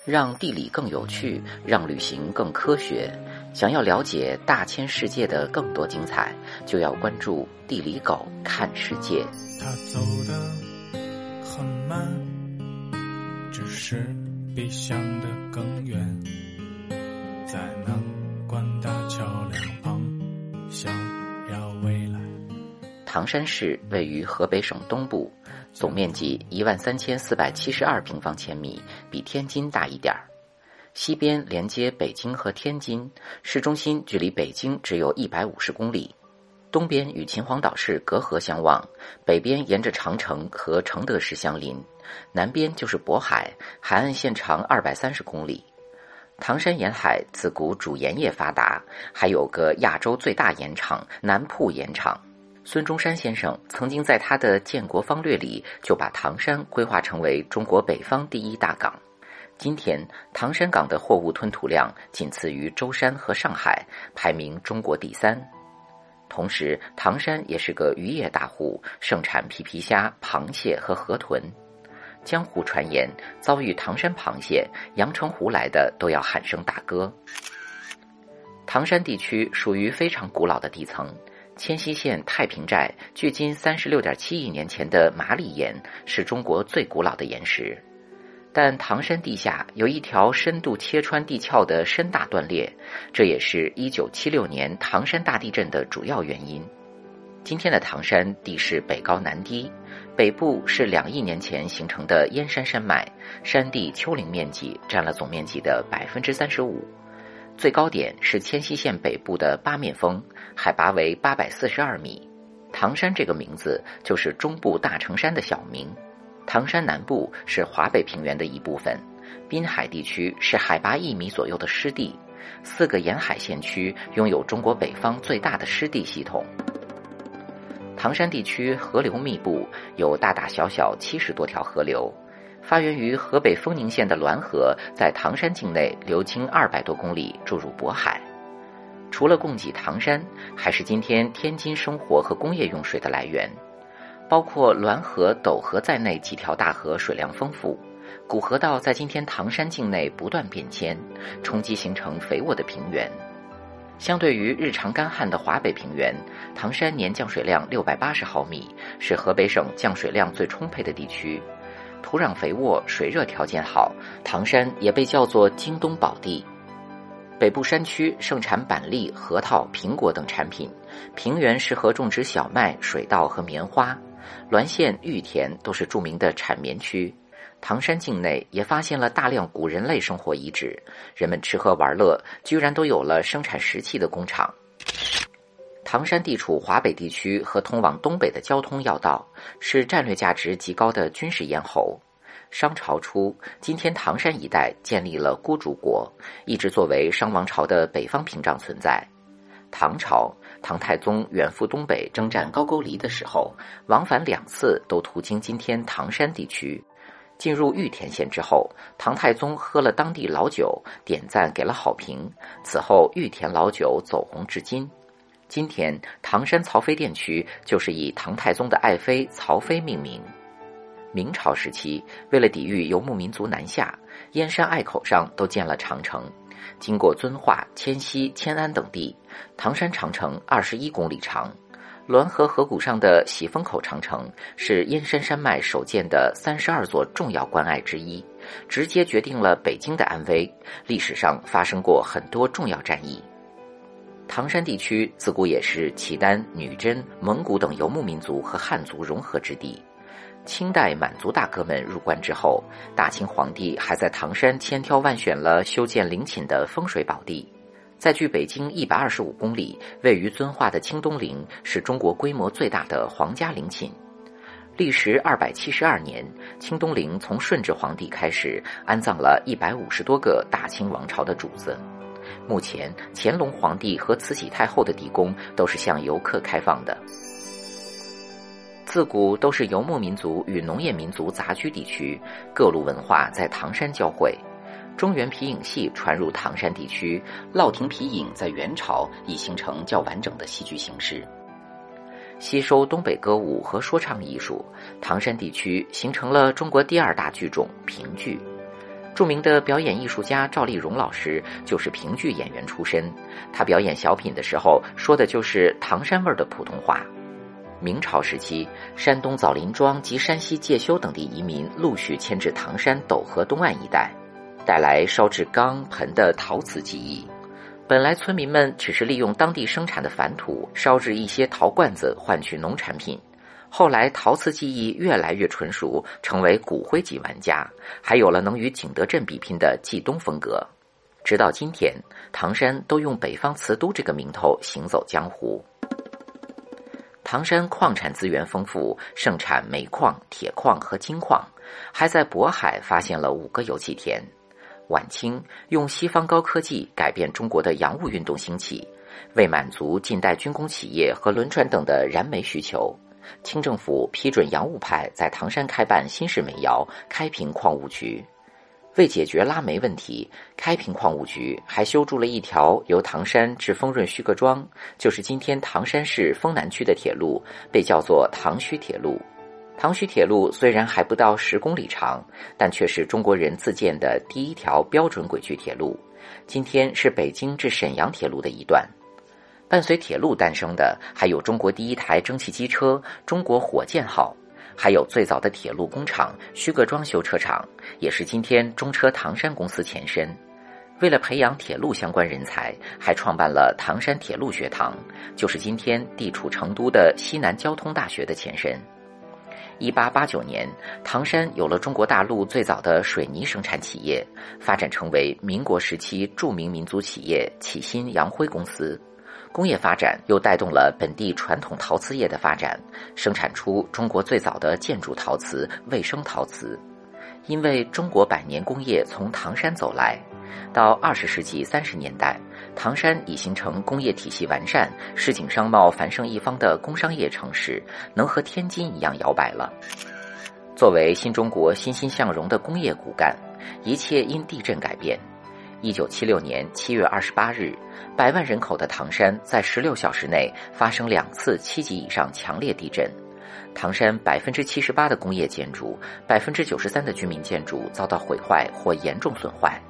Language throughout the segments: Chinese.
让地理更有趣，让旅行更科学。想要了解大千世界的更多精彩，就要关注地理狗看世界。 他走得很慢，只是比想的更远，在南关大桥两旁逍遥未来。 唐山市位于河北省东部，总面积13472平方千米，比天津大一点儿。西边连接北京和天津，市中心距离北京只有150公里。东边与秦皇岛市隔河相望，北边沿着长城和承德市相邻，南边就是渤海，海岸线长230公里。唐山沿海自古主盐业发达，还有个亚洲最大盐场南铺盐场。孙中山先生曾经在他的建国方略里就把唐山规划成为中国北方第一大港。今天唐山港的货物吞吐量仅次于舟山和上海，排名中国第3。同时唐山也是个渔业大户，盛产皮皮虾、螃蟹和河豚。江湖传言，遭遇唐山螃蟹，阳澄湖来的都要喊声大哥。唐山地区属于非常古老的地层，迁西县太平寨距今36.7亿年前的麻砾岩是中国最古老的岩石。但唐山地下有一条深度切穿地壳的深大断裂，这也是1976年唐山大地震的主要原因。今天的唐山地势北高南低，北部是2亿年前形成的燕山山脉，山地丘陵面积占了总面积的35%。最高点是迁西县北部的八面峰，海拔为842米。唐山这个名字就是中部大城山的小名。唐山南部是华北平原的一部分，滨海地区是海拔1米左右的湿地，4个沿海县区拥有中国北方最大的湿地系统。唐山地区河流密布，有大大小小70多条河流。发源于河北丰宁县的滦河在唐山境内流经200多公里，注入渤海。除了供给唐山，还是今天天津生活和工业用水的来源。包括滦河、斗河在内几条大河水量丰富，古河道在今天唐山境内不断变迁，冲击形成肥沃的平原。相对于日常干旱的华北平原，唐山年降水量680毫米，是河北省降水量最充沛的地区。土壤肥沃，水热条件好，唐山也被叫做京东宝地。北部山区盛产板栗、核桃、苹果等产品，平原适合种植小麦、水稻和棉花。滦县、玉田都是著名的产棉区。唐山境内也发现了大量古人类生活遗址，人们吃喝玩乐居然都有了生产石器的工厂。唐山地处华北地区和通往东北的交通要道，是战略价值极高的军事咽喉。商朝初，今天唐山一带建立了孤竹国，一直作为商王朝的北方屏障存在。唐朝，唐太宗远赴东北征战高句丽的时候，往返2次都途经今天唐山地区。进入玉田县之后，唐太宗喝了当地老酒，点赞给了好评，此后玉田老酒走红至今。今天唐山曹妃甸区就是以唐太宗的爱妃曹妃命名。明朝时期，为了抵御游牧民族南下，燕山隘口上都建了长城。经过遵化、迁西、迁安等地，唐山长城21公里长。滦河河谷上的喜峰口长城是燕山山脉首建的32座重要关隘之一，直接决定了北京的安危。历史上发生过很多重要战役。唐山地区自古也是契丹、女真、蒙古等游牧民族和汉族融合之地。清代满族大哥们入关之后，大清皇帝还在唐山千挑万选了修建陵寝的风水宝地。在距北京125公里，位于遵化的清东陵是中国规模最大的皇家陵寝。历时272年，清东陵从顺治皇帝开始安葬了150多个大清王朝的主子。目前，乾隆皇帝和慈禧太后的地宫都是向游客开放的。自古都是游牧民族与农业民族杂居地区，各路文化在唐山交汇。中原皮影戏传入唐山地区，烙亭皮影在元朝已形成较完整的戏剧形式。吸收东北歌舞和说唱艺术，唐山地区形成了中国第2大剧种评剧。 著名的表演艺术家赵丽蓉老师就是评剧演员出身，她表演小品的时候说的就是唐山味儿的普通话。明朝时期，山东枣林庄及山西介休等地移民陆续迁至唐山斗河东岸一带，带来烧制缸盆的陶瓷技艺。本来村民们只是利用当地生产的矾土烧制一些陶罐子换取农产品，后来陶瓷技艺越来越纯熟，成为骨灰级玩家，还有了能与景德镇比拼的冀东风格。直到今天，唐山都用北方瓷都这个名头行走江湖。唐山矿产资源丰富，盛产煤矿、铁矿和金矿，还在渤海发现了5个油气田。晚清用西方高科技改变中国的洋务运动兴起，为满足近代军工企业和轮船等的燃煤需求，清政府批准洋务派在唐山开办新式煤窑开平矿务局。为解决拉煤问题，开平矿务局还修筑了一条由唐山至丰润徐各庄，就是今天唐山市丰南区的铁路，被叫做唐胥铁路。唐胥铁路虽然还不到10公里长，但却是中国人自建的第一条标准轨距铁路，今天是北京至沈阳铁路的一段。伴随铁路诞生的还有中国第一台蒸汽机车中国火箭号，还有最早的铁路工厂徐各庄修车厂，也是今天中车唐山公司前身。为了培养铁路相关人才，还创办了唐山铁路学堂，就是今天地处成都的西南交通大学的前身。1889年，唐山有了中国大陆最早的水泥生产企业，发展成为民国时期著名民族企业启新洋辉公司。工业发展又带动了本地传统陶瓷业的发展，生产出中国最早的建筑陶瓷卫生陶瓷。因为中国百年工业从唐山走来，到20世纪30年代，唐山已形成工业体系完善、市井商贸繁盛一方的工商业城市，能和天津一样摇摆了。作为新中国欣欣向荣的工业骨干，一切因地震改变。1976年7月28日，100万人口的唐山在16小时内发生2次7级以上强烈地震。唐山78%的工业建筑、93%的居民建筑遭到毁坏或严重损坏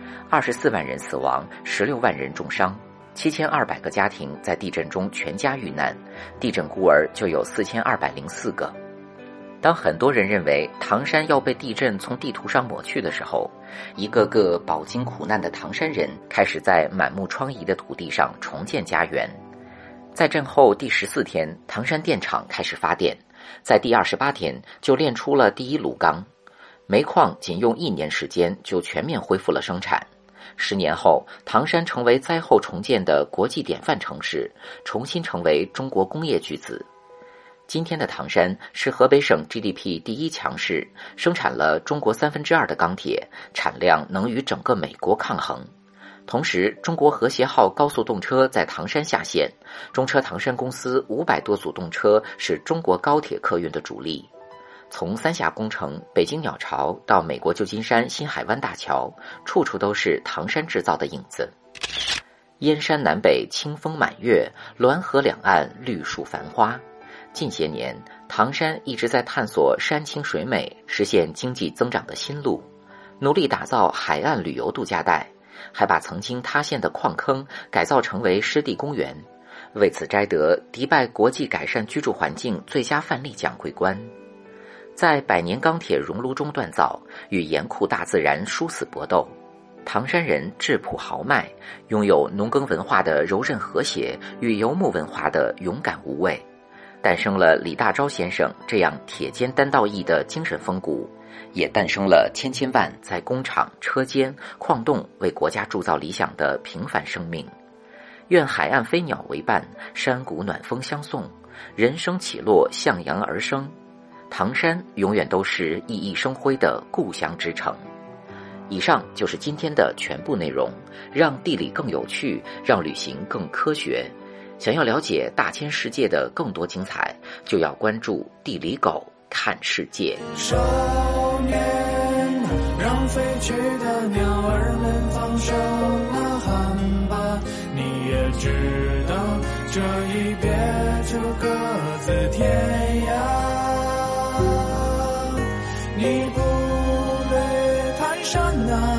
，24万人死亡，16万人重伤，7200个家庭在地震中全家遇难，地震孤儿就有4204个。当很多人认为唐山要被地震从地图上抹去的时候，一个个饱经苦难的唐山人开始在满目疮痍的土地上重建家园。在震后第14天，唐山电厂开始发电，在第28天就炼出了第一炉钢。煤矿仅用1年时间就全面恢复了生产。10年后，唐山成为灾后重建的国际典范城市，重新成为中国工业巨子。今天的唐山是河北省 GDP 第1强市，生产了中国2/3的钢铁，产量能与整个美国抗衡。同时，中国和谐号高速动车在唐山下线，中车唐山公司500多组动车是中国高铁客运的主力。从三峡工程、北京鸟巢到美国旧金山新海湾大桥，处处都是唐山制造的影子。燕山南北清风满月，滦河两岸绿树繁花。近些年，唐山一直在探索山清水美、实现经济增长的新路，努力打造海岸旅游度假带，还把曾经塌陷的矿坑改造成为湿地公园，为此摘得迪拜国际改善居住环境最佳范例奖桂冠。在100年钢铁熔炉中锻造，与严酷大自然殊死搏斗。唐山人质朴豪迈，拥有农耕文化的柔韧和谐与游牧文化的勇敢无畏，诞生了李大钊先生这样铁肩担道义的精神风骨，也诞生了千万在工厂、车间、矿洞为国家铸造理想的平凡生命。愿海岸飞鸟为伴，山谷暖风相送，人生起落向阳而生。唐山永远都是熠熠生辉的故乡之城。以上就是今天的全部内容，让地理更有趣，让旅行更科学。想要了解大千世界的更多精彩，就要关注地理狗看世界。 少年，让飞去的鸟儿们放声呐喊吧，你也知道这一别就各自天涯。你不对泰山啊，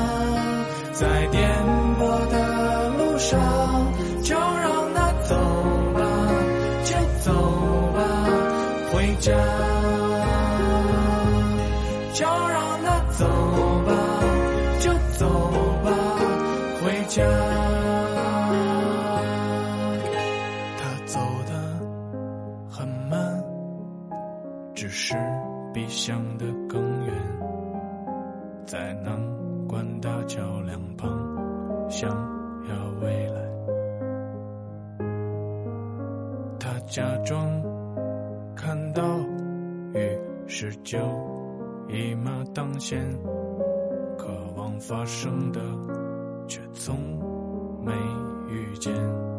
在颠簸的路上，就让它走吧，就走吧，回家。就让它走吧，就走吧，回家。它走得很慢，只是比想的更远，在南关大桥两旁想要未来。他假装看到，于是就一马当先，渴望发生的却从没遇见。